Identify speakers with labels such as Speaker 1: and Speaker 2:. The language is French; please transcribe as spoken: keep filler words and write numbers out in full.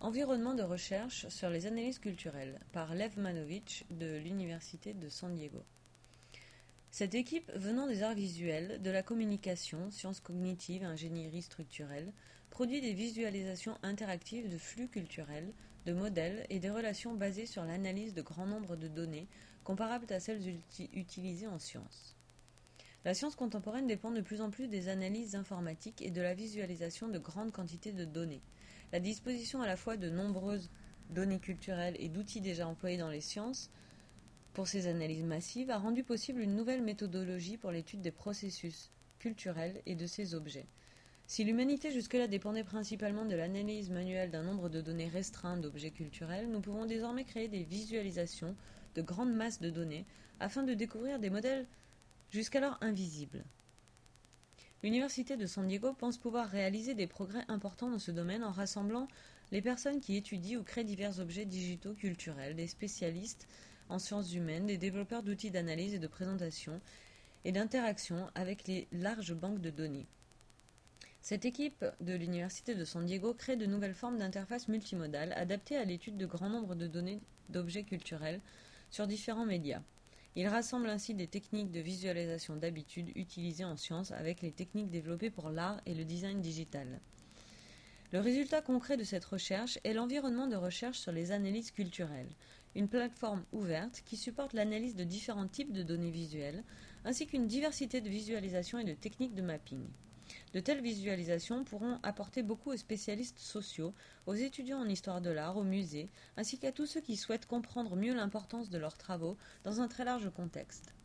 Speaker 1: Environnement de recherche sur les analyses culturelles par Lev Manovich de l'Université de San Diego. Cette équipe, venant des arts visuels, de la communication, sciences cognitives et ingénierie structurelle, produit des visualisations interactives de flux culturels, de modèles et des relations basées sur l'analyse de grands nombres de données comparables à celles uti- utilisées en sciences. La science contemporaine dépend de plus en plus des analyses informatiques et de la visualisation de grandes quantités de données. La disposition à la fois de nombreuses données culturelles et d'outils déjà employés dans les sciences pour ces analyses massives a rendu possible une nouvelle méthodologie pour l'étude des processus culturels et de ces objets. Si l'humanité jusque-là dépendait principalement de l'analyse manuelle d'un nombre de données restreint d'objets culturels, nous pouvons désormais créer des visualisations de grandes masses de données afin de découvrir des modèles jusqu'alors invisibles. L'Université de San Diego pense pouvoir réaliser des progrès importants dans ce domaine en rassemblant les personnes qui étudient ou créent divers objets digitaux culturels, des spécialistes en sciences humaines, des développeurs d'outils d'analyse et de présentation et d'interaction avec les larges banques de données. Cette équipe de l'Université de San Diego crée de nouvelles formes d'interfaces multimodales adaptées à l'étude de grand nombre de données d'objets culturels sur différents médias. Il rassemble ainsi des techniques de visualisation d'habitude utilisées en sciences avec les techniques développées pour l'art et le design digital. Le résultat concret de cette recherche est l'environnement de recherche sur les analyses culturelles, une plateforme ouverte qui supporte l'analyse de différents types de données visuelles, ainsi qu'une diversité de visualisations et de techniques de mapping. De telles visualisations pourront apporter beaucoup aux spécialistes sociaux, aux étudiants en histoire de l'art, aux musées, ainsi qu'à tous ceux qui souhaitent comprendre mieux l'importance de leurs travaux dans un très large contexte.